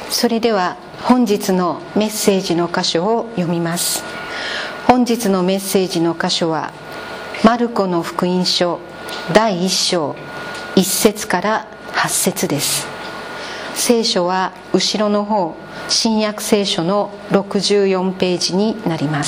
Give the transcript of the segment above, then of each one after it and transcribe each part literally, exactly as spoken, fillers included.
それでは本日のメッセージの箇所を読みます。本日のメッセージの箇所はマルコの福音書だいいっ章いっ節からはち節です。聖書は後ろの方、新約聖書のろくじゅうよんページになります。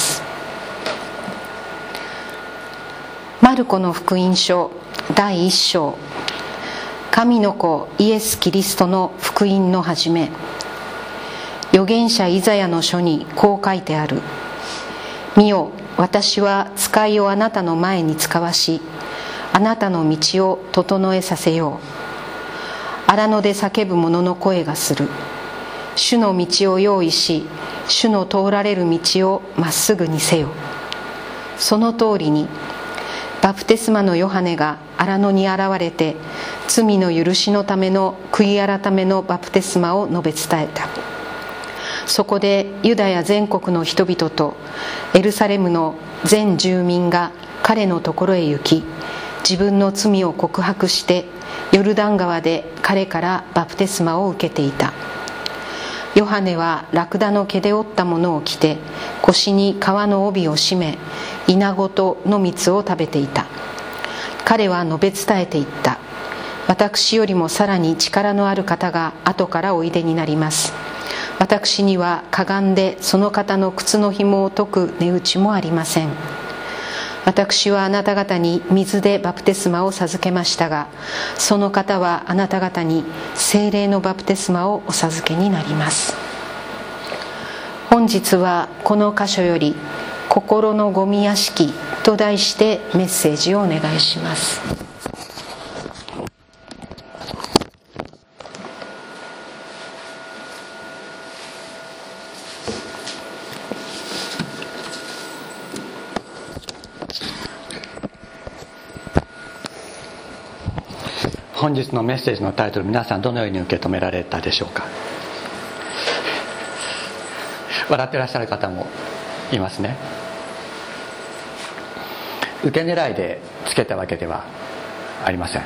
マルコの福音書だいいっ章、神の子イエス・キリストの福音の始め。預言者イザヤの書にこう書いてある。見よ、私は使いをあなたの前に使わし、あなたの道を整えさせよう。荒野で叫ぶ者の声がする。主の道を用意し、主の通られる道をまっすぐにせよ。その通りに、バプテスマのヨハネが荒野に現れて、罪の許しのための悔い改めのバプテスマを述べ伝えた。そこでユダヤ全国の人々とエルサレムの全住民が彼のところへ行き、自分の罪を告白してヨルダン川で彼からバプテスマを受けていた。ヨハネはラクダの毛で織ったものを着て、腰に革の帯を締め、イナゴと野蜜を食べていた。彼は述べ伝えていった。私よりもさらに力のある方が後からおいでになります。私にはかがんでその方の靴の紐を解く値打ちもありません。私はあなた方に水でバプテスマを授けましたが、その方はあなた方に聖霊のバプテスマをお授けになります。本日はこの箇所より心のゴミ屋敷と題してメッセージをお願いします。 本日のメッセージのタイトル、皆さんどのように受け止められたでしょうか。笑ってらっしゃる方もいますね。受け狙いでつけたわけではありません。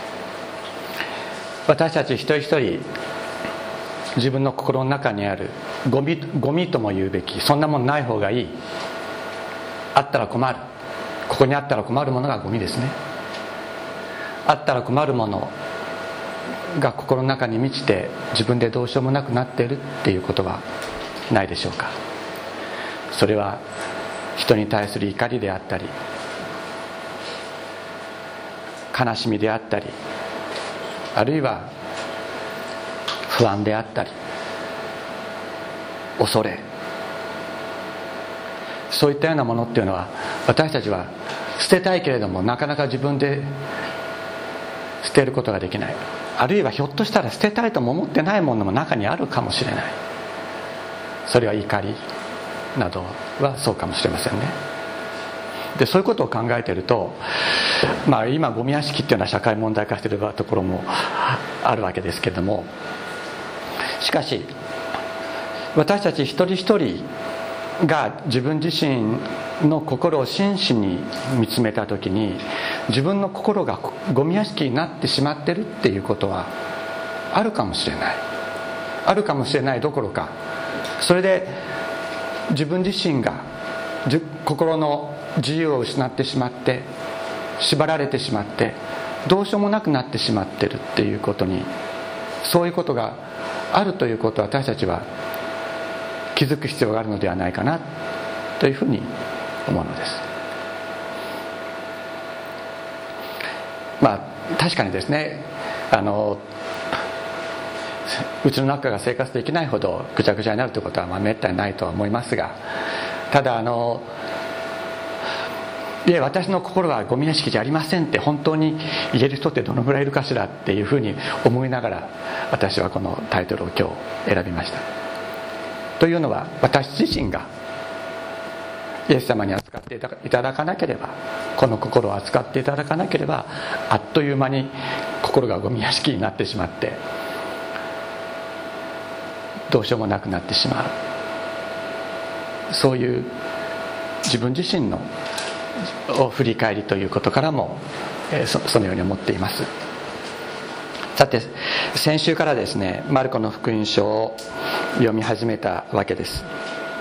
私たち一人一人、自分の心の中にあるゴミ、ゴミとも言うべき、そんなもんない方がいい、あったら困る、ここにあったら困るものがゴミですね。あったら困るものが心の中に満ちて、自分でどうしようもなくなっているっていうことはないでしょうか。それは人に対する怒りであったり、悲しみであったり、あるいは不安であったり、恐れ、そういったようなものっていうのは、私たちは捨てたいけれどもなかなか自分で捨てることができない。あるいはひょっとしたら捨てたいとも思ってないものも中にあるかもしれない。それは怒りなどはそうかもしれませんね。でそういうことを考えていると、まあ、今ゴミ屋敷っていうのは社会問題化しているところもあるわけですけれども、しかし私たち一人一人が自分自身の心を真摯に見つめたときに、自分の心がゴミ屋敷になってしまっているっていうことはあるかもしれない。あるかもしれないどころか、それで自分自身が心の自由を失ってしまって、縛られてしまって、どうしようもなくなってしまっているっていうことに、そういうことがあるということを私たちは気づく必要があるのではないかなというふうに思うのです。まあ確かにですね、あのうちの中が生活できないほどぐちゃぐちゃになるということはまあめったにないとは思いますが、ただあのいや私の心はゴミ屋敷じゃありませんって本当に言える人ってどのぐらいいるかしらっていうふうに思いながら、私はこのタイトルを今日選びました。というのは、私自身がイエス様に扱っていただかなければ、この心を扱っていただかなければ、あっという間に心がゴミ屋敷になってしまって、どうしようもなくなってしまう、そういう自分自身のを振り返りということからも、そのように思っています。 さて先週からですね、マルコの福音書を読み始めたわけです。ん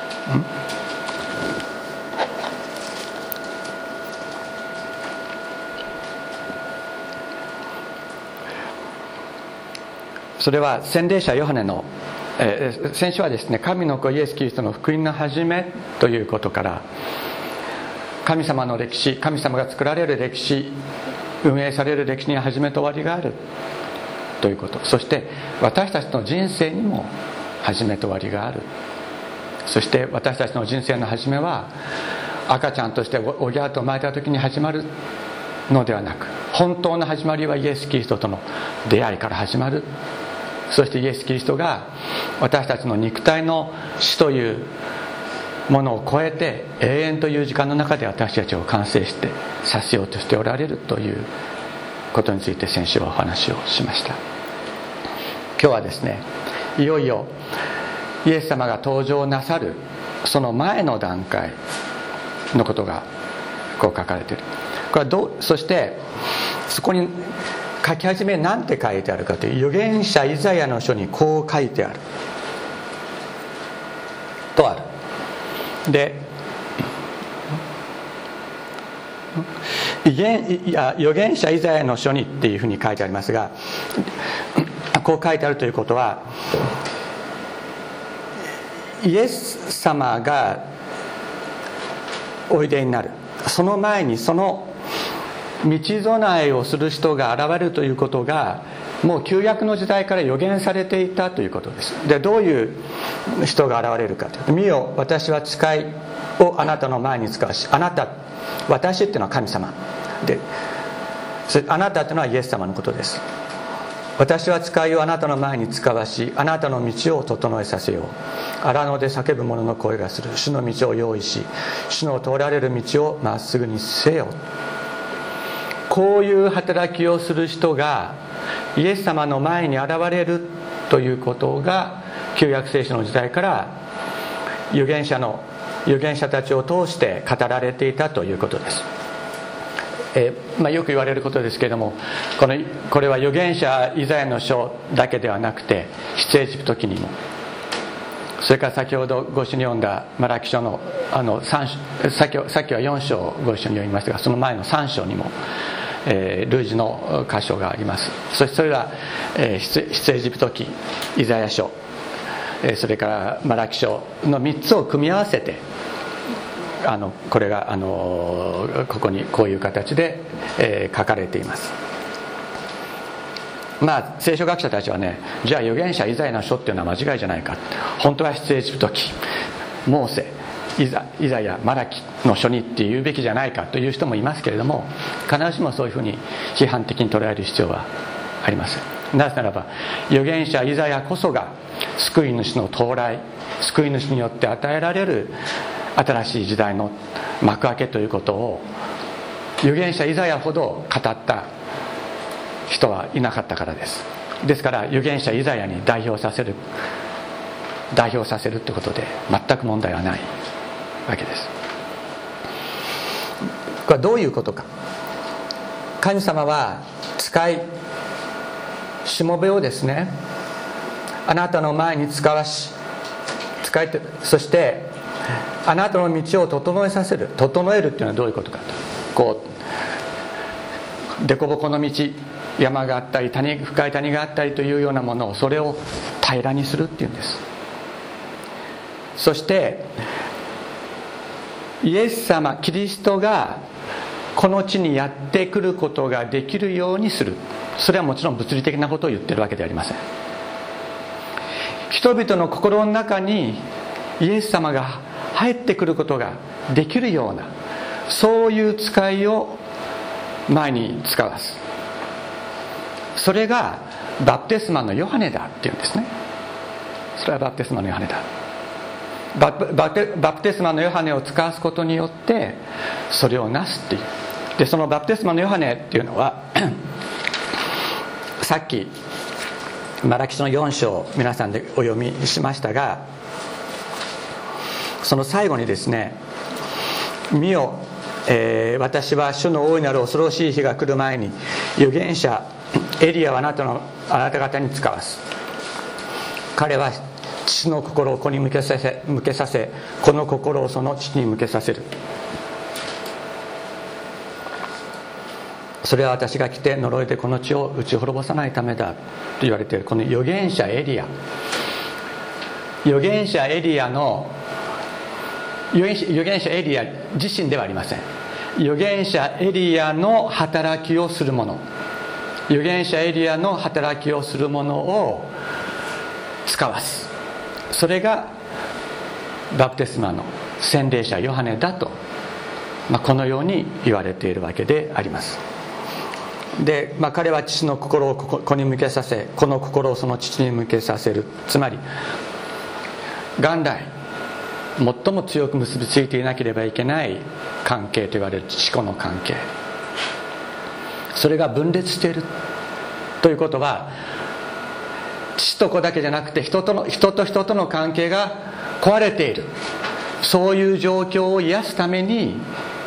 それは洗礼者ヨハネの、えー、先週はですね、神の子イエス・キリストの福音の始めということから、神様の歴史、神様が作られる歴史、運営される歴史には始めと終わりがあるということ、そして私たちの人生にも始めと終わりがある。そして私たちの人生の始めは赤ちゃんとしておぎゃーと生まれた時に始まるのではなく、本当の始まりはイエス・キリストとの出会いから始まる。そしてイエス・キリストが私たちの肉体の死というものを超えて永遠という時間の中で私たちを完成してさせようとしておられるということについて先週はお話をしました。今日はですね、いよいよイエス様が登場なさるその前の段階のことがこう書かれている。これはどう、そしてそこに書き始め何て書いてあるかという、預言者イザヤの書にこう書いてあるとある。で、預言者イザヤの書にっていうふうに書いてありますが、こう書いてあるということは、イエス様がおいでになる、その前にその道備えをする人が現れるということがもう旧約の時代から予言されていたということです。で、どういう人が現れるかというと、見よ、私は使いをあなたの前に使わし、あなた、私っていうのは神様で、あなたっていうのはイエス様のことです。私は使いをあなたの前に使わし、あなたの道を整えさせよう。荒野で叫ぶ者の声がする。主の道を用意し、主の通られる道をまっすぐにせよ。こういう働きをする人がイエス様の前に現れるということが旧約聖書の時代から預言者の預言者たちを通して語られていたということです。えーまあ、よく言われることですけれども、このこれは預言者イザヤの書だけではなくて出エジプト記にも、それから先ほどご一緒に読んだマラキ書のあのさんさっきさっきはよん章をご一緒に読みましたが、その前のさん章にも、えー、類似の箇所があります。そしてそれは、えー、出エジプト記、イザヤ書、えー、それからマラキ書のみっつを組み合わせて、あのこれがあのここにこういう形で、えー、書かれています。まあ聖書学者たちはね、じゃあ預言者イザヤの書っていうのは間違いじゃないか、本当は出エジプト記、モーセ、イザ、イザヤ、マラキの書にって言うべきじゃないかという人もいますけれども、必ずしもそういうふうに批判的に捉える必要はありません。なぜならば預言者イザヤこそが救い主の到来、救い主によって与えられる新しい時代の幕開けということを預言者イザヤほど語った人はいなかったからです。ですから預言者イザヤに代表させる代表させるということで全く問題はないわけです。これはどういうことか。神様は使いしもべをですね、あなたの前に使わし、使いて、そしてあなたの道を整えさせる。整えるっていうのはどういうことかと、こう凸凹の道、山があったり谷、深い谷があったりというようなものを、それを平らにするっていうんです。そしてイエス様キリストがこの地にやってくることができるようにする。それはもちろん物理的なことを言ってるわけではありません。人々の心の中にイエス様が入ってくることができるような、そういう使いを前に使わす。それがバプテスマのヨハネだっていうんですね。それはバプテスマのヨハネだ。バプ、バプ、バプテスマのヨハネを使わすことによってそれをなすっていう。でそのバプテスマのヨハネっていうのはさっきマラキ書のよん章を皆さんでお読みしましたが、その最後にですね、見よ、えー、私は主の大いなる恐ろしい日が来る前に預言者エリアはあなたのあなた方に使わす。彼は父の心を子に向けさせ、向けさせ、子の心をその父に向けさせる。それは私が来て呪いでこの地を打ち滅ぼさないためだと言われている。この預言者エリア、預言者エリアの預言者、預言者エリア自身ではありません。預言者エリアの働きをするもの、預言者エリアの働きをするものを使わす。それがバプテスマの洗礼者ヨハネだと、まあ、このように言われているわけであります。で、まあ、彼は父の心を子に向けさせ、子の心をその父に向けさせる。つまり元来最も強く結びついていなければいけない関係と言われる父子の関係、それが分裂しているということは、父と子だけじゃなくて人との人と人との関係が壊れている、そういう状況を癒すために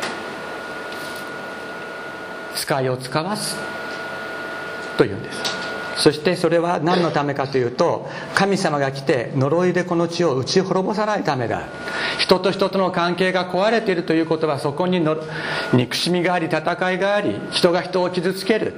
使いを使わすというんです。そしてそれは何のためかというと、神様が来て呪いでこの地を打ち滅ぼさないためだ。人と人との関係が壊れているということは、そこにの憎しみがあり、戦いがあり、人が人を傷つける、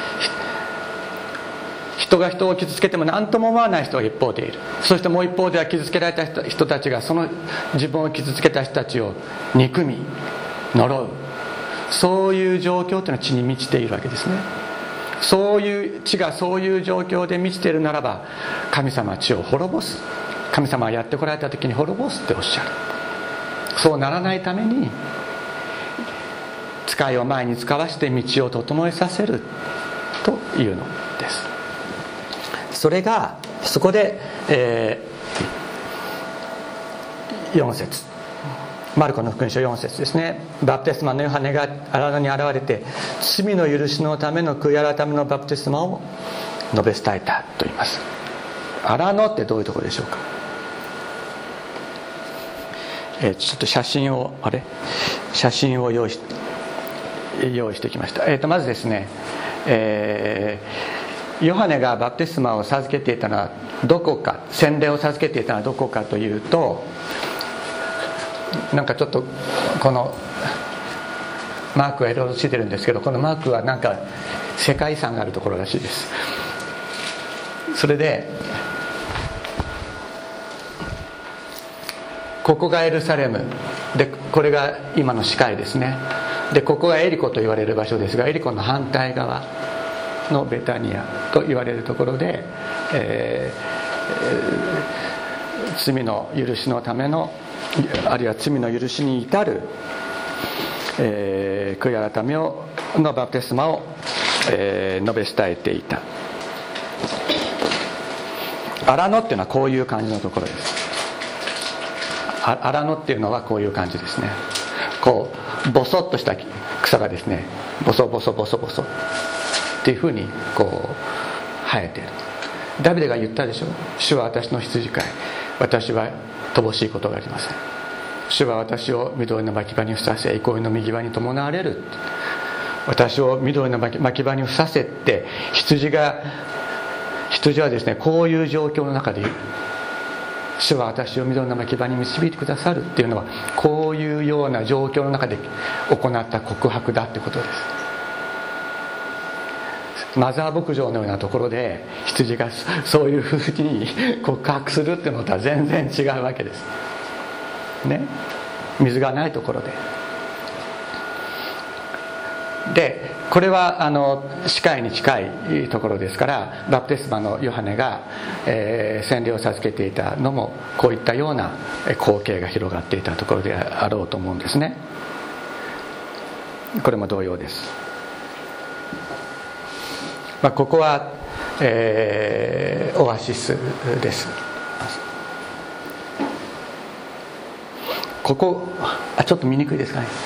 人が人を傷つけても何とも思わない人が一方でいる。そしてもう一方では傷つけられた 人, 人たちがその自分を傷つけた人たちを憎み呪う、そういう状況というのは地に満ちているわけですね。そういう地がそういう状況で満ちているならば、神様は地を滅ぼす、神様がやってこられた時に滅ぼすっておっしゃる。そうならないために使いを前に使わして道を整えさせるというのです。それがそこで、えー、よん節、マルコの福音書よん節ですね。バプテスマのヨハネが荒野に現れて、罪の許しのための悔い改めのバプテスマを述べ伝えたと言います。荒野ってどういうところでしょうか。えー、ちょっと写真をあれ写真を用意し用意してきました。えー、とまずですね、えー、ヨハネがバプテスマを授けていたのはどこか、洗礼を授けていたのはどこかというと、なんかちょっとこのマークがいろいろついてるんですけど、このマークはなんか世界遺産があるところらしいです。それでここがエルサレムで、これが今のシカイですね。でここがエリコと言われる場所ですが、エリコの反対側のベタニアと言われるところで、えー、罪の許しのための、あるいは罪の許しに至る、えー、悔い改めをのバプテスマを、えー、述べ伝えていた。荒野っていうのはこういう感じのところです。荒野っていうのはこういう感じですね。こうボソッとした草がですね、ボソボソボソボソっていうふうにこう生えている。ダビデが言ったでしょ。主は私の羊飼い、私は乏しいことがありません。主は私を緑の牧場にふさせ、憩いの右側に伴われる。私を緑の牧場にふさせって、羊が羊はですね、こういう状況の中でいる。主は私を緑の牧場に導いてくださるっていうのは、こういうような状況の中で行った告白だってことです。マザー牧場のようなところで羊がそういうふうに告白するっていうのとは全然違うわけですね。水がないところでで、これはあの死海に近いところですから、バプテスマのヨハネが、えー、洗礼を授けていたのもこういったような光景が広がっていたところであろうと思うんですね。これも同様です。まあ、ここは、えー、オアシスです。ここあちょっと見にくいですかね。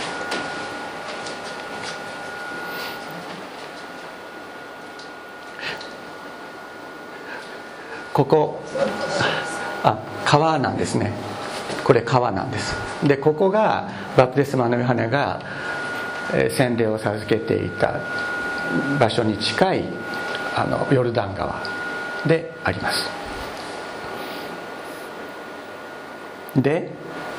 ここあ川なんですね。これ川なんです。でここがバプテスマのヨハネが、えー、洗礼を授けていた場所に近いあのヨルダン川であります。で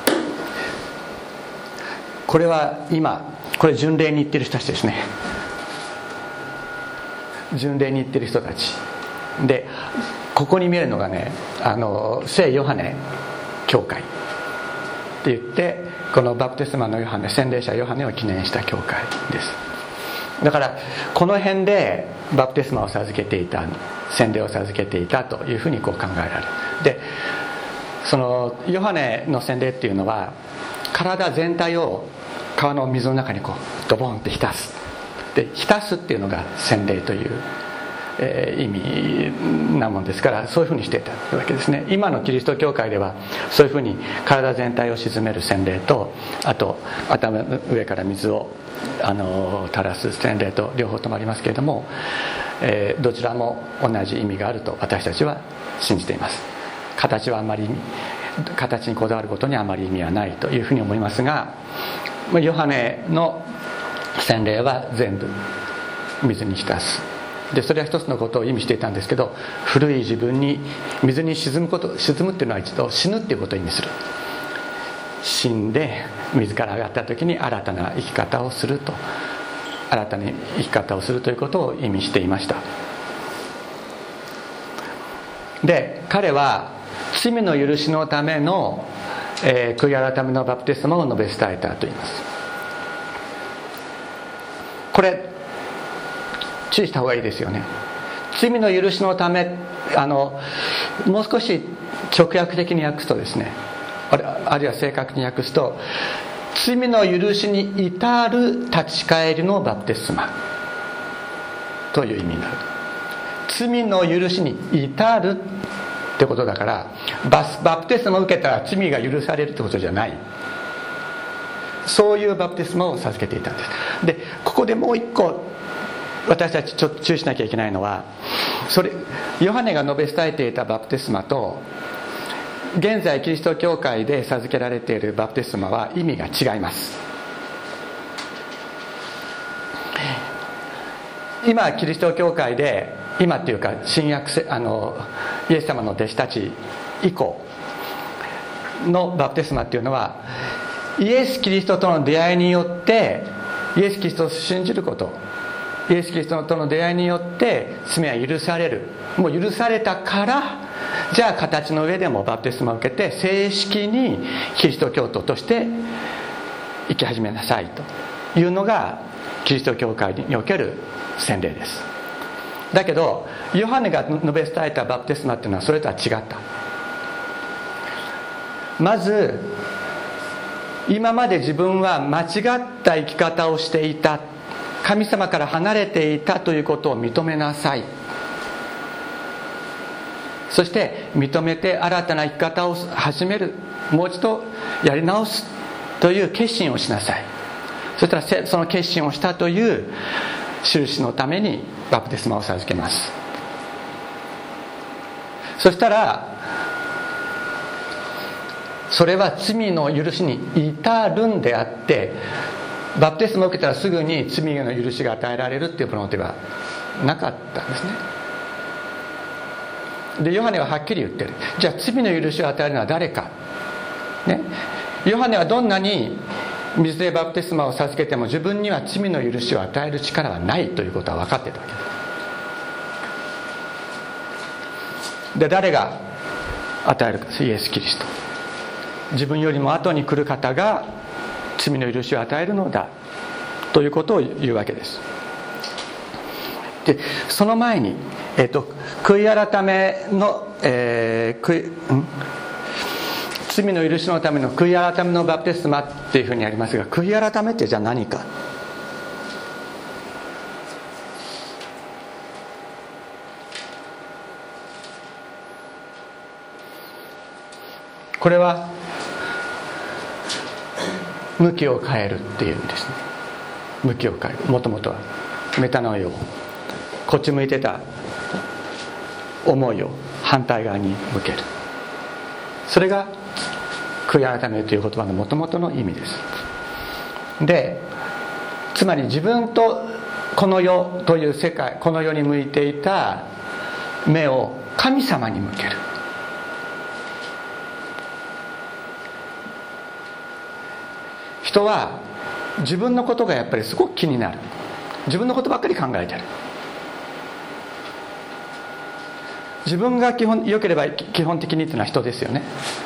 これは今これ巡礼に行ってる人たちですね。巡礼に行ってる人たちで、ここに見えるのがね、あの聖ヨハネ教会って言って、このバプテスマのヨハネ、洗礼者ヨハネを記念した教会です。だからこの辺でバプテスマを授けていた、洗礼を授けていたというふうにこう考えられる。でそのヨハネの洗礼っていうのは、体全体を川の水の中にこうドボンって浸す、で浸すっていうのが洗礼という、えー、意味なもんですから、そういうふうにしていたわけですね。今のキリスト教会ではそういうふうに体全体を沈める洗礼と、あと頭の上から水をあの垂らす洗礼と両方ともありますけれども、えー、どちらも同じ意味があると私たちは信じています。形はあまり形にこだわることにあまり意味はないというふうに思いますが、ヨハネの洗礼は全部水に浸す。でそれは一つのことを意味していたんですけど、古い自分に水に沈むこと、沈むっていうのは一度死ぬっていうことを意味する。死んで水から上がった時に新たな生き方をすると、新たな生き方をするということを意味していました。で彼は罪の許しのための、えー、悔い改めのバプテスマを述べ伝えたと言います。これ注意した方がいいですよね。罪の許しのため、あのもう少し直訳的に訳すとですね、ある、あるいは正確に訳すと、罪の許しに至る立ち返りのバプテスマという意味になる。罪の許しに至るってことだから、バ, バプテスマを受けたら罪が許されるってことじゃない。そういうバプテスマを授けていたんです。でここでもう一個私たちちょっと注意しなきゃいけないのは、それヨハネが述べ伝えていたバプテスマと現在キリスト教会で授けられているバプテスマは意味が違います。今キリスト教会で、今っていうか新約あのイエス様の弟子たち以降のバプテスマっていうのは、イエス・キリストとの出会いによってイエス・キリストを信じること、イエス・キリストとの出会いによって罪は許される、もう許されたから、じゃあ形の上でもバプテスマを受けて正式にキリスト教徒として生き始めなさいというのがキリスト教会における洗礼です。だけどヨハネが述べ伝えたバプテスマっていうのはそれとは違った。まず今まで自分は間違った生き方をしていた、神様から離れていたということを認めなさい。そして認めて新たな生き方を始める、もう一度やり直すという決心をしなさい。そしたらその決心をしたという印のためにバプテスマを授けます。そしたらそれは罪の許しに至るんであって、バプテスマを受けたらすぐに罪の許しが与えられるっていうものではなかったんですね。でヨハネははっきり言ってる。じゃあ罪の許しを与えるのは誰か、ね、ヨハネはどんなに水でバプテスマを授けても自分には罪の許しを与える力はないということは分かってたわけです。で誰が与えるか、イエス・キリスト、自分よりも後に来る方が罪の許しを与えるのだということを言うわけです。でその前に、えー、と悔い改めの、えー、悔いん罪の許しのための悔い改めのバプテスマっていうふうにありますが、悔い改めってじゃあ何か。これは向きを変えるっていうんですね。向きを変える、もともとはメタノイオ、こっち向いてた思いを反対側に向ける、それが悔い改めという言葉のもともとの意味です。でつまり自分とこの世という世界、この世に向いていた目を神様に向ける。人は自分のことがやっぱりすごく気になる。自分のことばっかり考えてる。自分が基本良ければ基本的にっていうのは人ですよね。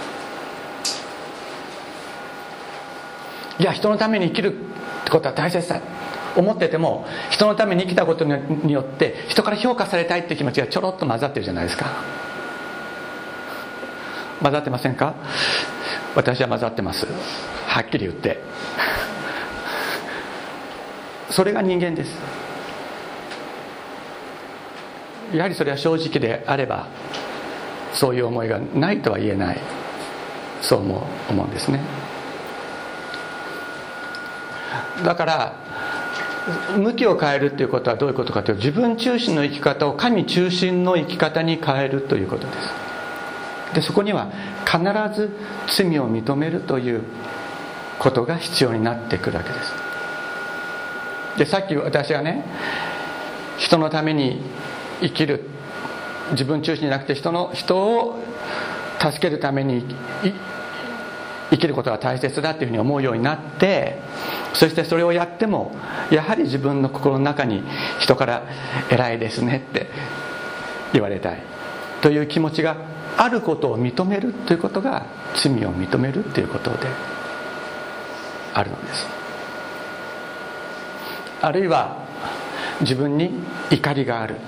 いや、人のために生きるってことは大切だ思ってても、人のために生きたことによって人から評価されたいって気持ちがちょろっと混ざってるじゃないですか。混ざってませんか？私は混ざってます、はっきり言って。それが人間です。やはりそれは正直であればそういう思いがないとは言えない、そう思う、思うんですね。だから向きを変えるということはどういうことかというと、自分中心の生き方を神中心の生き方に変えるということです。でそこには必ず罪を認めるということが必要になってくるわけです。でさっき私はね、人のために生きる、自分中心じゃなくて人の人を助けるために生きることが大切だというふうに思うようになって、そしてそれをやってもやはり自分の心の中に人から偉いですねって言われたいという気持ちがあることを認めるということが罪を認めるということであるのです。あるいは自分に怒りがある、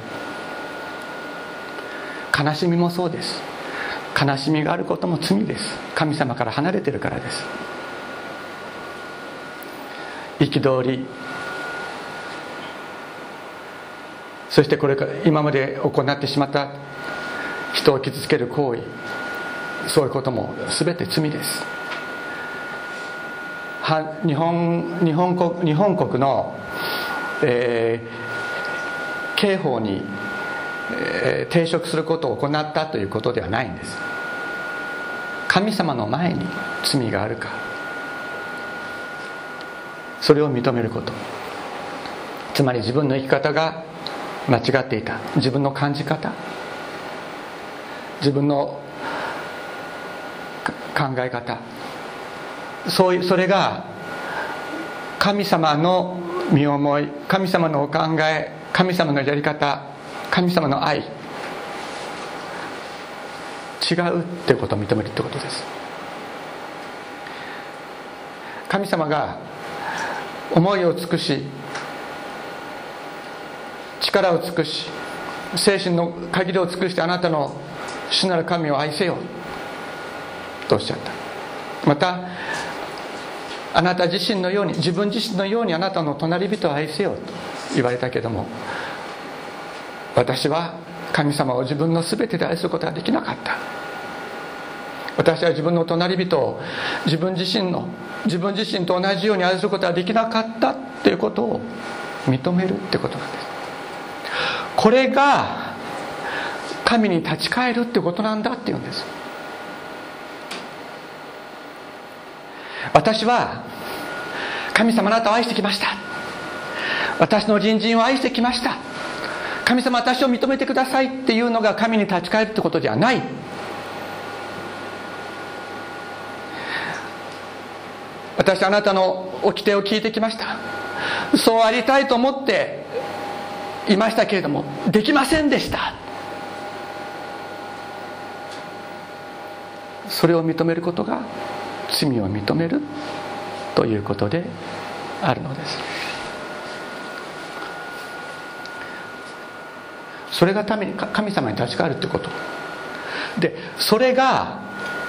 悲しみもそうです。悲しみがあることも罪です。神様から離れているからです。憤り、そしてこれから今まで行ってしまった人を傷つける行為、そういうことも全て罪です。は日本、日本国、日本国の、えー、刑法に、えー、抵触することを行ったということではないんです。神様の前に罪があるか、それを認めること、つまり自分の生き方が間違っていた、自分の感じ方、自分の考え方、そういうそれが神様の身思い、神様のお考え、神様のやり方、神様の愛、違うっていうことを認めるってことです。神様が思いを尽くし、力を尽くし、精神の限りを尽くしてあなたの主なる神を愛せよとおっしゃった。またあなた自身のように、自分自身のようにあなたの隣人を愛せよと言われたけども、私は神様を自分の全てで愛することができなかった。私は自分の隣人を自分自身の自分自身と同じように愛することができなかったということを認めるってことなんです。これが神に立ち返るってことなんだっていうんです。私は神様あなたを愛してきました、私の隣人を愛してきました、神様私を認めてくださいっていうのが神に立ち返るってことじゃない。私あなたの掟を聞いてきました、そうありたいと思っていましたけれどもできませんでした、それを認めることが罪を認めるということであるのです。それがために神様に立ち返るということで、それが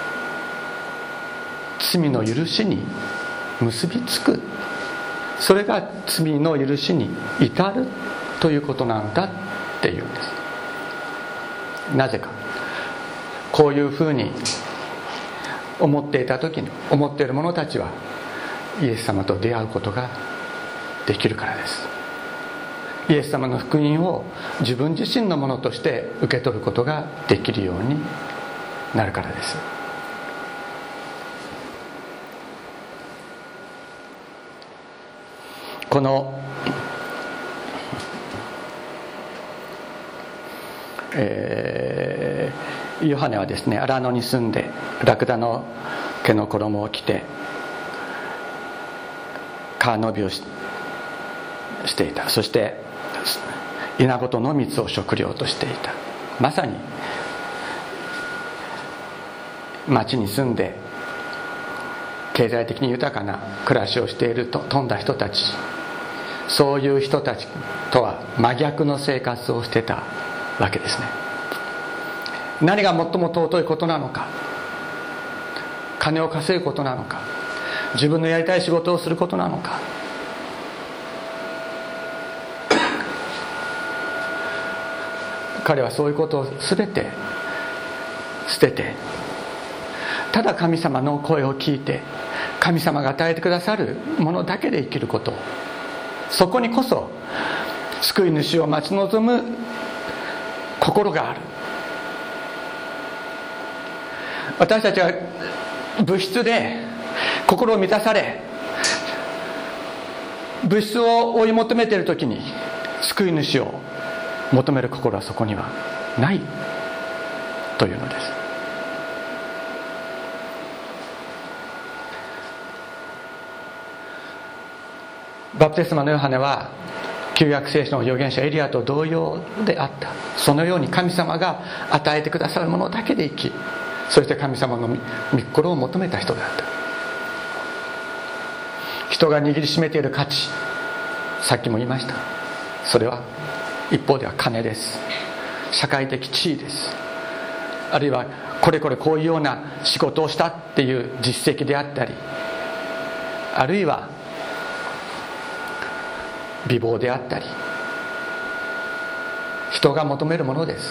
罪の許しに結びつく、それが罪の許しに至るということなんだっていうんです。なぜか、こういうふうに思っていた時に、思っている者たちはイエス様と出会うことができるからです。イエス様の福音を自分自身のものとして受け取ることができるようになるからです。このえー、ヨハネはですね、荒野に住んでラクダの毛の衣を着て川のびを し, していた。そして稲子との蜜を食料としていた。まさに町に住んで経済的に豊かな暮らしをしていると富んだ人たち、そういう人たちとは真逆の生活をしてたわけですね。何が最も尊いことなのか、金を稼ぐことなのか、自分のやりたい仕事をすることなのか、彼はそういうことを全て捨てて、ただ神様の声を聞いて神様が与えてくださるものだけで生きること、そこにこそ救い主を待ち望む心がある。私たちは物質で心を満たされ、物質を追い求めているときに救い主を求める心はそこにはないというのです。バプテスマのヨハネは旧約聖書の預言者エリアと同様であった。そのように神様が与えてくださるものだけで生き、そして神様の御心を求めた人だった。人が握りしめている価値、さっきも言いました。それは一方では金です。社会的地位です。あるいはこれこれこういうような仕事をしたっていう実績であったり、あるいは美貌であったり、人が求めるものです。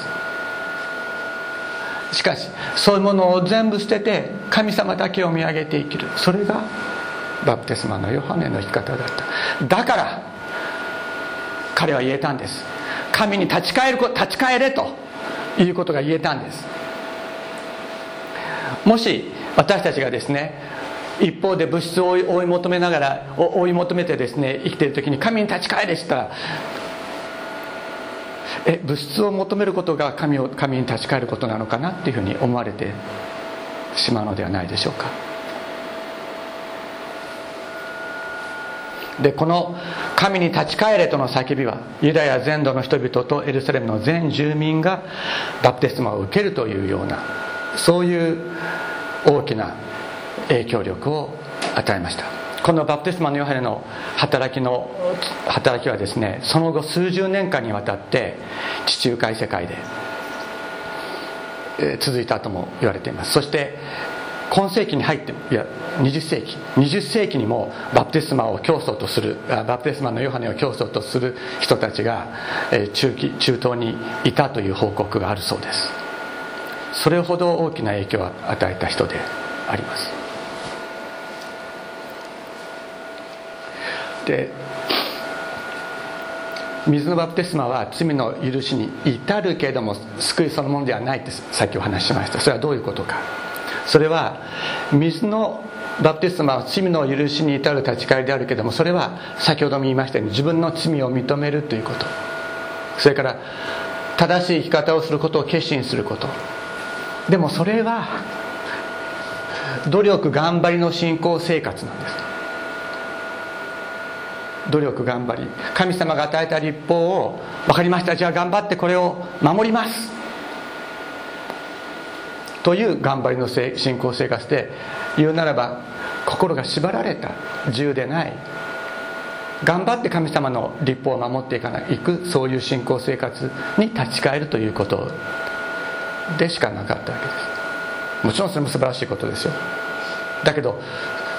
しかしそういうものを全部捨てて神様だけを見上げて生きる、それがバプテスマのヨハネの生き方だった。だから彼は言えたんです。神に立ち返る、立ち返れということが言えたんです。もし私たちがですね、一方で物質を追い求めながら追い求めてですね生きている時に神に立ち返れしたら、え物質を求めることが神を神に立ち返ることなのかなっていうふうに思われてしまうのではないでしょうか。でこの神に立ち返れとの叫びは、ユダヤ全土の人々とエルサレムの全住民がバプテスマを受けるというような、そういう大きな影響力を与えました。このバプテスマのヨハネの働きの働きはですね、その後数十年間にわたって地中海世界で、えー、続いたとも言われています。そして今世紀に入って、いやにじゅっせいきにじゅっせいきにもバプテスマを教祖とするバプテスマのヨハネを教祖とする人たちが、えー、中期中東にいたという報告があるそうです。それほど大きな影響を与えた人であります。で水のバプテスマは罪の許しに至るけれども救いそのものではないってさっきお話ししました。それはどういうことか。それは水のバプテスマは罪の許しに至る立ち返りであるけれども、それは先ほども言いましたように自分の罪を認めるということ、それから正しい生き方をすることを決心すること。でもそれは努力頑張りの信仰生活なんです。努力頑張り、神様が与えた律法を分かりました、じゃあ頑張ってこれを守りますという頑張りの信仰生活で、言うならば心が縛られた自由でない、頑張って神様の律法を守っていかないく、そういう信仰生活に立ち返るということでしかなかったわけです。もちろんそれも素晴らしいことですよ。だけど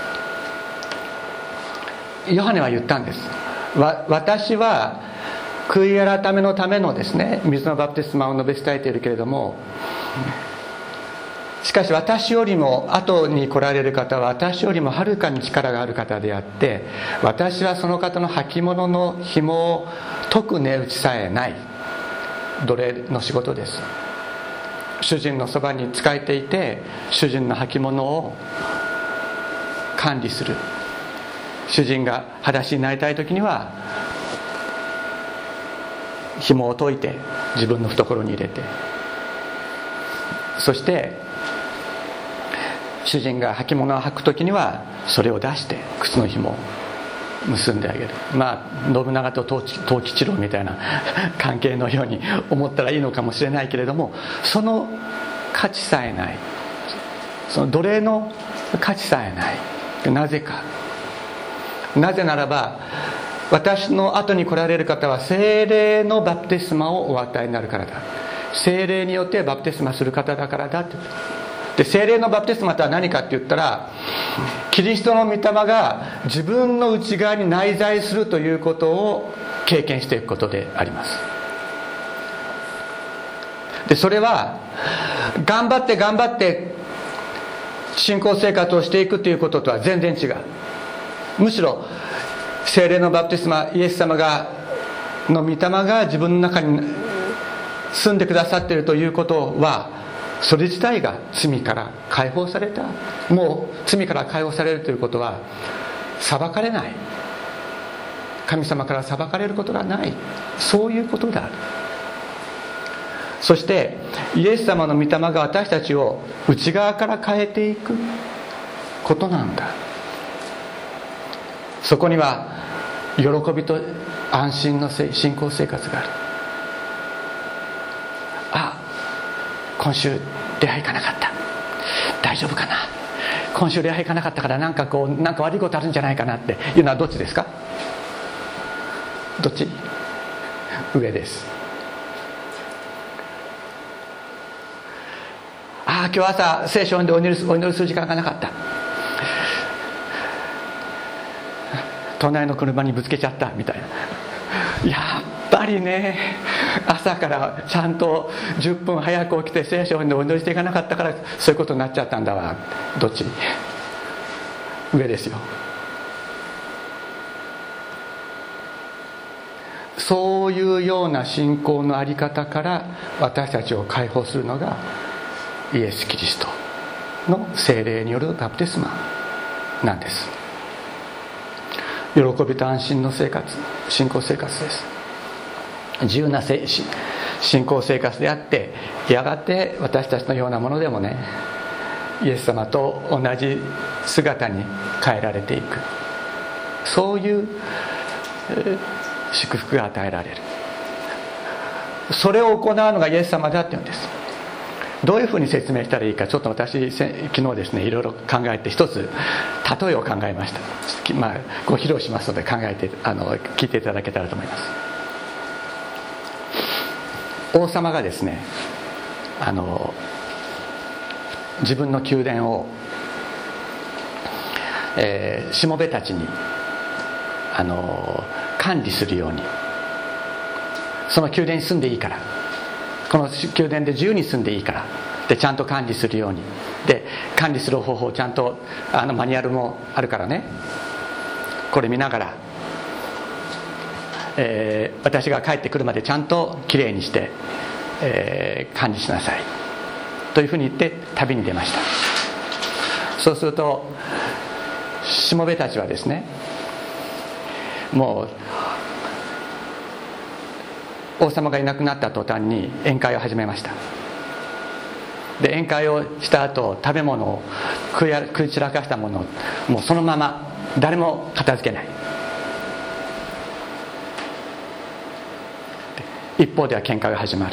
ヨハネは言ったんです。わ私は悔い改めのためのですね水のバプテスマを述べ伝えているけれども、しかし私よりも後に来られる方は私よりもはるかに力がある方であって、私はその方の履物の紐を解く値打ちさえない奴隷の仕事です。主人のそばに仕えていて、主人の履物を管理する。主人が裸足になりたい時には紐を解いて自分の懐に入れて、そして主人が履物を履く時にはそれを出して靴の紐を結んであげる。まあ信長と藤吉郎みたいな関係のように思ったらいいのかもしれないけれども、その価値さえない、その奴隷の価値さえない。なぜか、なぜならば私の後に来られる方は聖霊のバプテスマをお与えになるからだ、聖霊によってバプテスマする方だからだって。で聖霊のバプテスマとは何かって言ったら、キリストの御霊が自分の内側に内在するということを経験していくことであります。でそれは頑張って頑張って信仰生活をしていくということとは全然違う。むしろ聖霊のバプテスマ、イエス様がの御霊が自分の中に住んでくださっているということは、それ自体が罪から解放された。もう罪から解放されるということは裁かれない、神様から裁かれることがない、そういうことである。そしてイエス様の御霊が私たちを内側から変えていくことなんだ。そこには喜びと安心の信仰生活がある。あ、今週礼拝行かなかった、大丈夫かな、今週礼拝行かなかったからなんかこうなんか悪いことあるんじゃないかなっていうのはどっちですか？どっち？上です。ああ、今日朝聖書を読んでお祈り、お祈りする時間がなかった、隣の車にぶつけちゃったみたいな。やっぱりね、朝からちゃんとじゅっぷん早く起きて聖書を読んでお祈りしていかなかったからそういうことになっちゃったんだわ。どっち？上ですよ。そういうような信仰のあり方から私たちを解放するのがイエス・キリストの聖霊によるバプテスマなんです。喜びと安心の生活、信仰生活です。自由な信仰生活であって、やがて私たちのようなものでもね、イエス様と同じ姿に変えられていく、そういう祝福が与えられる。それを行うのがイエス様だっていうんです。どういうふうに説明したらいいか、ちょっと私昨日ですねいろいろ考えて一つ例えを考えました。まあご披露しますので考えてあの聞いていただけたらと思います。王様がですね、あの自分の宮殿を、えー、しもべたちにあの管理するように、その宮殿に住んでいいから、この宮殿で自由に住んでいいからでちゃんと管理するように、で管理する方法ちゃんとあのマニュアルもあるからね、これ見ながら、えー、私が帰ってくるまでちゃんときれいにして、えー、管理しなさいというふうに言って旅に出ました。そうするとしもべたちはですね、もう王様がいなくなった途端に宴会を始めました。で宴会をした後、食べ物を食い、食い散らかしたものをもうそのまま誰も片付けない。一方では喧嘩が始まる。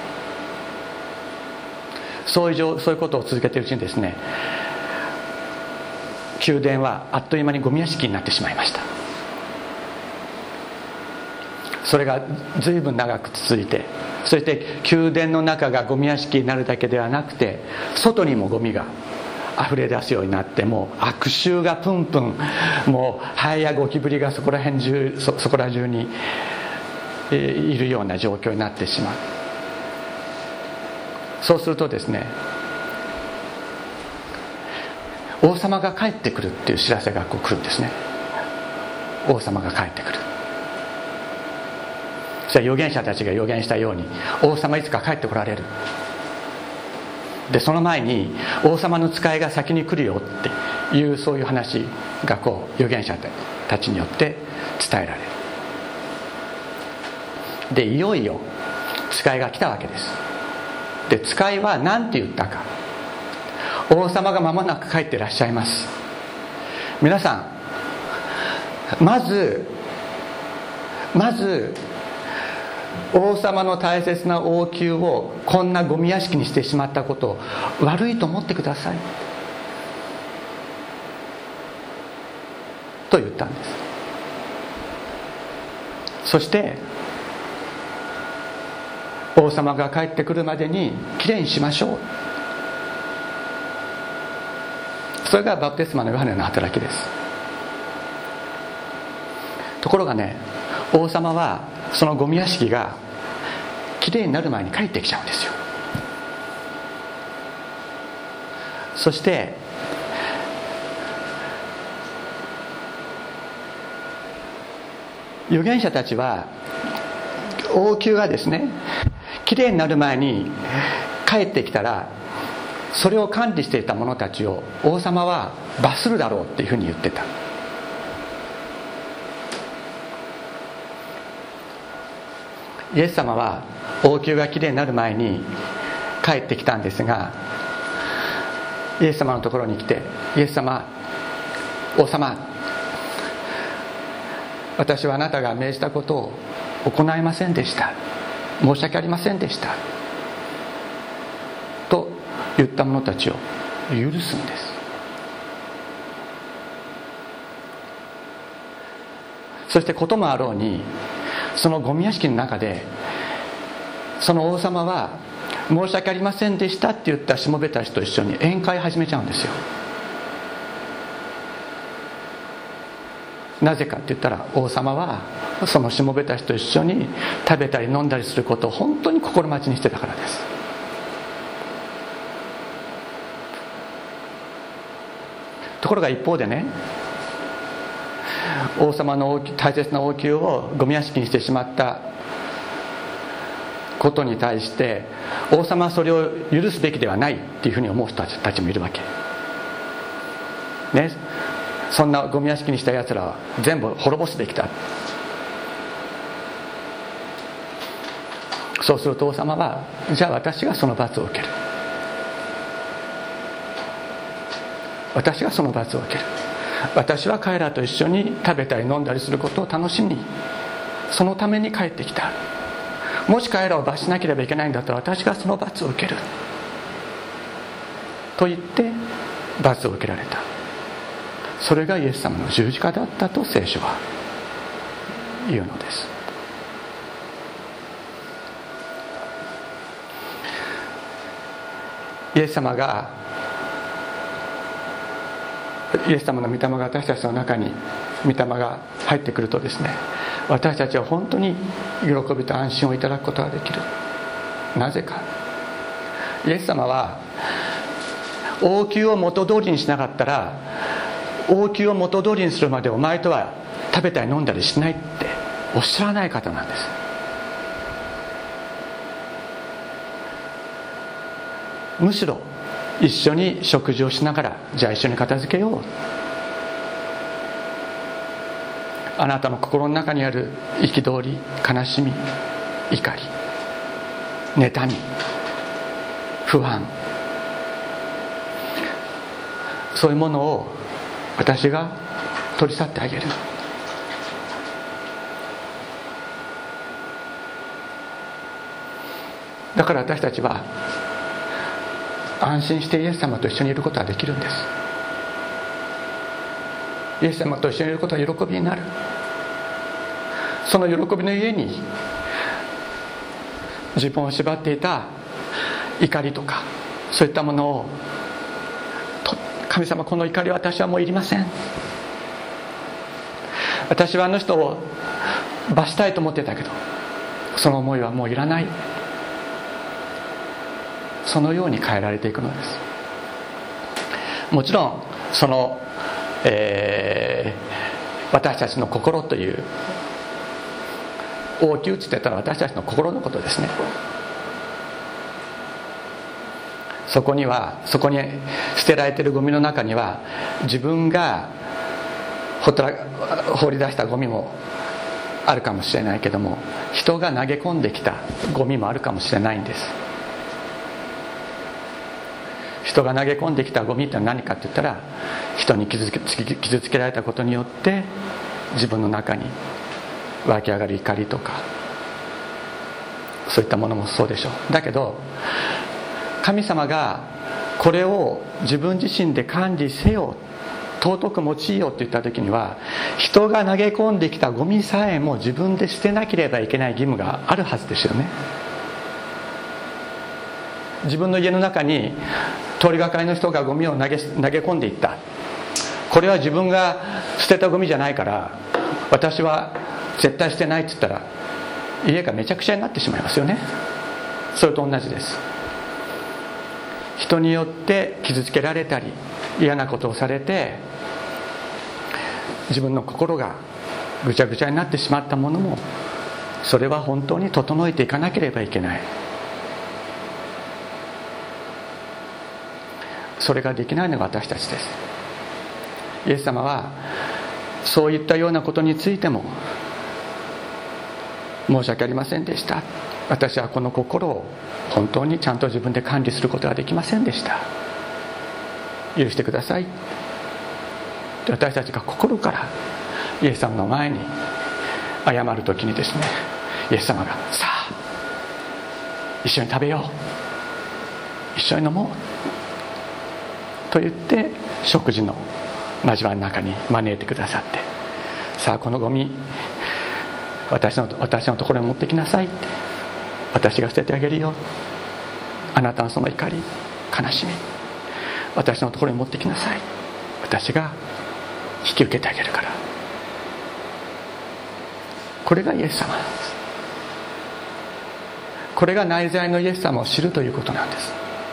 そういうそういうことを続けているうちにですね、宮殿はあっという間にゴミ屋敷になってしまいました。それが随分長く続いて、そして宮殿の中がゴミ屋敷になるだけではなくて、外にもゴミが溢れ出すようになって、もう悪臭がプンプン、もうハエやゴキブリがそこら辺中 そ, そこら中に、えー、いるような状況になってしまう。そうするとですね、王様が帰ってくるっていう知らせがこう来るんですね。王様が帰ってくる。それは預言者たちが預言したように、王様いつか帰ってこられる。でその前に王様の使いが先に来るよっていう、そういう話がこう預言者たちによって伝えられる。でいよいよ使いが来たわけです。で使いは何て言ったか。王様が間もなく帰っていらっしゃいます。皆さん、まずまず王様の大切な王宮をこんなゴミ屋敷にしてしまったことを悪いと思ってくださいと言ったんです。そして王様が帰ってくるまでにきれいにしましょう。それがバプテスマのヨハネの働きです。ところがね、王様はそのゴミ屋敷がきれいになる前に帰ってきちゃうんですよ。そして預言者たちは王宮がですねきれいになる前に帰ってきたら、それを管理していた者たちを王様は罰するだろうっていうふうに言ってた。イエス様は王宮がきれいになる前に帰ってきたんですが、イエス様のところに来て、イエス様、王様、私はあなたが命じたことを行いませんでした、申し訳ありませんでしたと言った者たちを許すんです。そしてこともあろうに、そのゴミ屋敷の中でその王様は申し訳ありませんでしたって言ったしもべたちと一緒に宴会始めちゃうんですよ。なぜかって言ったら、王様はそのしもべたちと一緒に食べたり飲んだりすることを本当に心待ちにしてたからです。ところが一方でね、王様の大切な王宮をゴミ屋敷にしてしまったことに対して王様はそれを許すべきではないっていうふうに思う人たちもいるわけね。そんなゴミ屋敷にしたやつらは全部滅ぼすべきだ。そうすると王様は、じゃあ私がその罰を受ける、私がその罰を受ける、私は彼らと一緒に食べたり飲んだりすることを楽しみ、そのために帰ってきた。もし彼らを罰しなければいけないんだったら私がその罰を受けると言って罰を受けられた。それがイエス様の十字架だったと聖書は言うのです。イエス様がイエス様の御霊が私たちの中に御霊が入ってくるとですね、私たちは本当に喜びと安心をいただくことができる。なぜか、イエス様は王宮を元通りにしなかったら、王宮を元通りにするまでお前とは食べたり飲んだりしないっておっしゃらない方なんです。むしろ一緒に食事をしながら、じゃあ一緒に片付けよう、あなたの心の中にある憤り、悲しみ、怒り、妬み、不安、そういうものを私が取り去ってあげる。だから私たちは安心してイエス様と一緒にいることができるんです。イエス様と一緒にいることは喜びになる。その喜びのゆえに自分を縛っていた怒りとかそういったものを、神様、この怒りは私はもういりません、私はあの人を罰したいと思ってたけどその思いはもういらない、そのように変えられていくのです。もちろんその、えー、私たちの心という王宮って言ったら私たちの心のことですね。そこにはそこに捨てられているゴミの中には自分がほったら放り出したゴミもあるかもしれないけども、人が投げ込んできたゴミもあるかもしれないんです。人が投げ込んできたゴミって何かって言ったら、人に傷つけ、傷つけられたことによって自分の中に湧き上がる怒りとか、そういったものもそうでしょう。だけど神様がこれを自分自身で管理せよ、尊く用いようと言った時には、人が投げ込んできたゴミさえも自分で捨てなければいけない義務があるはずですよね。自分の家の中に通りがかりの人がゴミを投げ、投げ込んでいった。これは自分が捨てたゴミじゃないから私は絶対捨てないって言ったら、家がめちゃくちゃになってしまいますよね。それと同じです。人によって傷つけられたり嫌なことをされて、自分の心がぐちゃぐちゃになってしまったものも、それは本当に整えていかなければいけない。それができないのが私たちです。イエス様はそういったようなことについても、申し訳ありませんでした、私はこの心を本当にちゃんと自分で管理することができませんでした、許してください。私たちが心からイエス様の前に謝るときにですね、イエス様がさあ一緒に食べよう、一緒に飲もうと言って食事の交わりの中に招いてくださって、さあこのゴミ私の私のところに持ってきなさいって、私が捨ててあげるよ、あなたのその怒り悲しみ私のところに持ってきなさい、私が引き受けてあげるから。これがイエス様なんです。これが内在のイエス様を知るということなんです。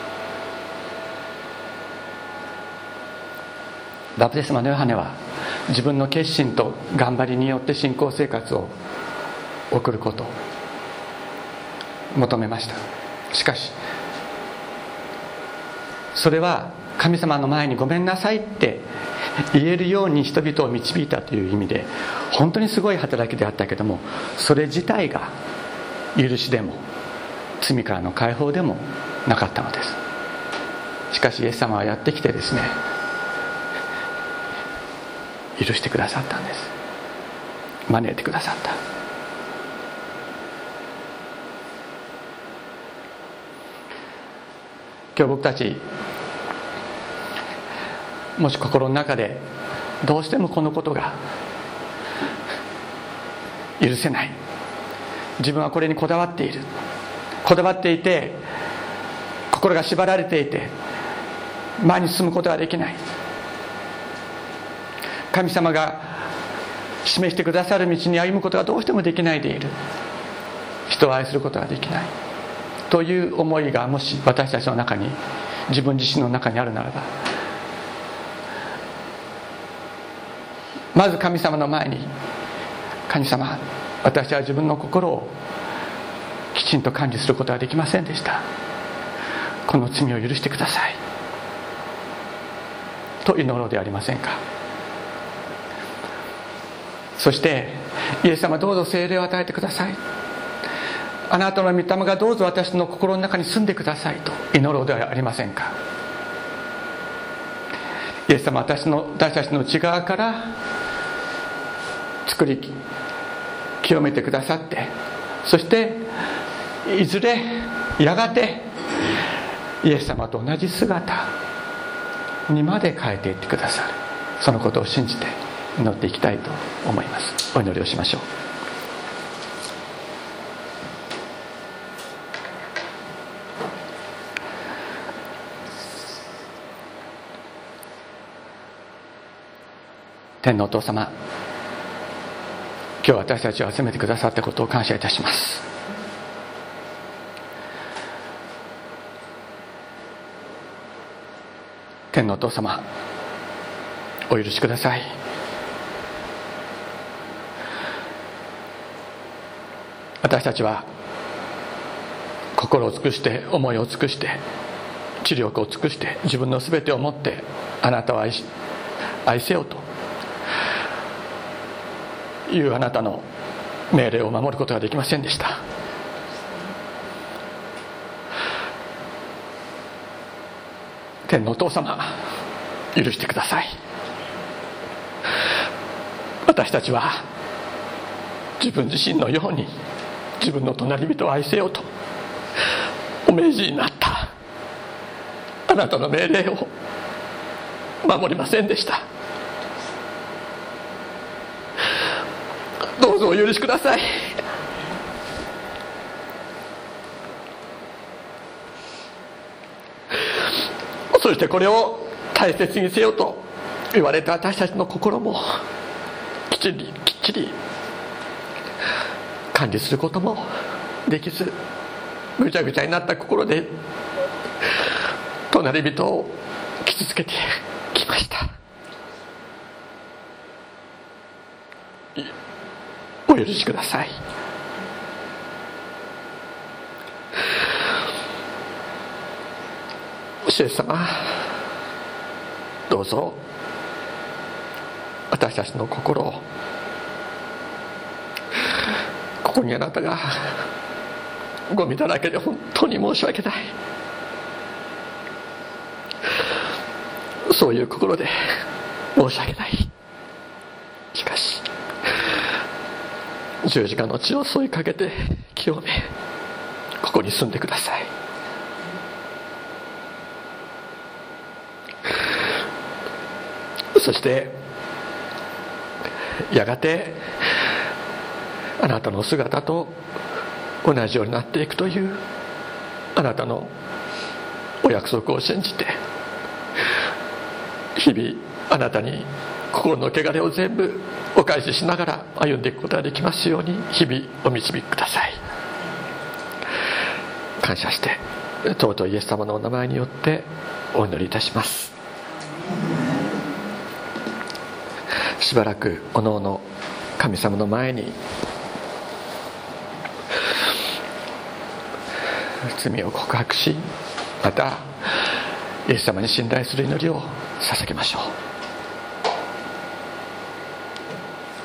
バプテスマのヨハネは自分の決心と頑張りによって信仰生活を送ることを求めました。しかしそれは神様の前にごめんなさいって言えるように人々を導いたという意味で本当にすごい働きであったけども、それ自体が許しでも罪からの解放でもなかったのです。しかしイエス様はやってきてですね、許してくださったんです。招いてくださった。今日僕たちもし心の中でどうしてもこのことが許せない、自分はこれにこだわっている、こだわっていて心が縛られていて前に進むことができない、神様が示してくださる道に歩むことがどうしてもできないでいる、人を愛することができないという思いがもし私たちの中に、自分自身の中にあるならば、まず神様の前に、神様、私は自分の心をきちんと管理することができませんでした、この罪を許してくださいと祈ろうではありませんか。そしてイエス様、どうぞ聖霊を与えてください、あなたの御霊がどうぞ私の心の中に住んでくださいと祈ろうではありませんか。イエス様、私の私たちの内側から作り清めてくださって、そしていずれやがてイエス様と同じ姿にまで変えていってくださる、そのことを信じて祈っていきたいと思います。お祈りをしましょう。天のお父様、今日私たちを集めてくださったことを感謝いたします。天のお父様、お許しください。私たちは心を尽くして、思いを尽くして、知力を尽くして、自分の全てを持ってあなたを愛し愛せよというあなたの命令を守ることができませんでした。天のお父様、許してください。私たちは自分自身のように自分の隣人を愛せようとお命じになったあなたの命令を守りませんでした。どうぞお許しください。そしてこれを大切にせよと言われた私たちの心もきっちりきっちり管理することもできず、ぐちゃぐちゃになった心で隣人を傷つけてきました。お許しください。主イエス様、どうぞ私たちの心を、ここにあなたがゴミだらけで本当に申し訳ない、そういう心で申し訳ない、しかし十字架の血を添いかけて清め、ここに住んでください。そしてやがてあなたの姿と同じようになっていくというあなたのお約束を信じて、日々あなたに心の汚れを全部お返ししながら歩んでいくことができますように、日々お導きください。感謝して尊いイエス様のお名前によってお祈りいたします。しばらくおのおの神様の前に罪を告白し、またイエス様に信頼する祈りを捧げましょう。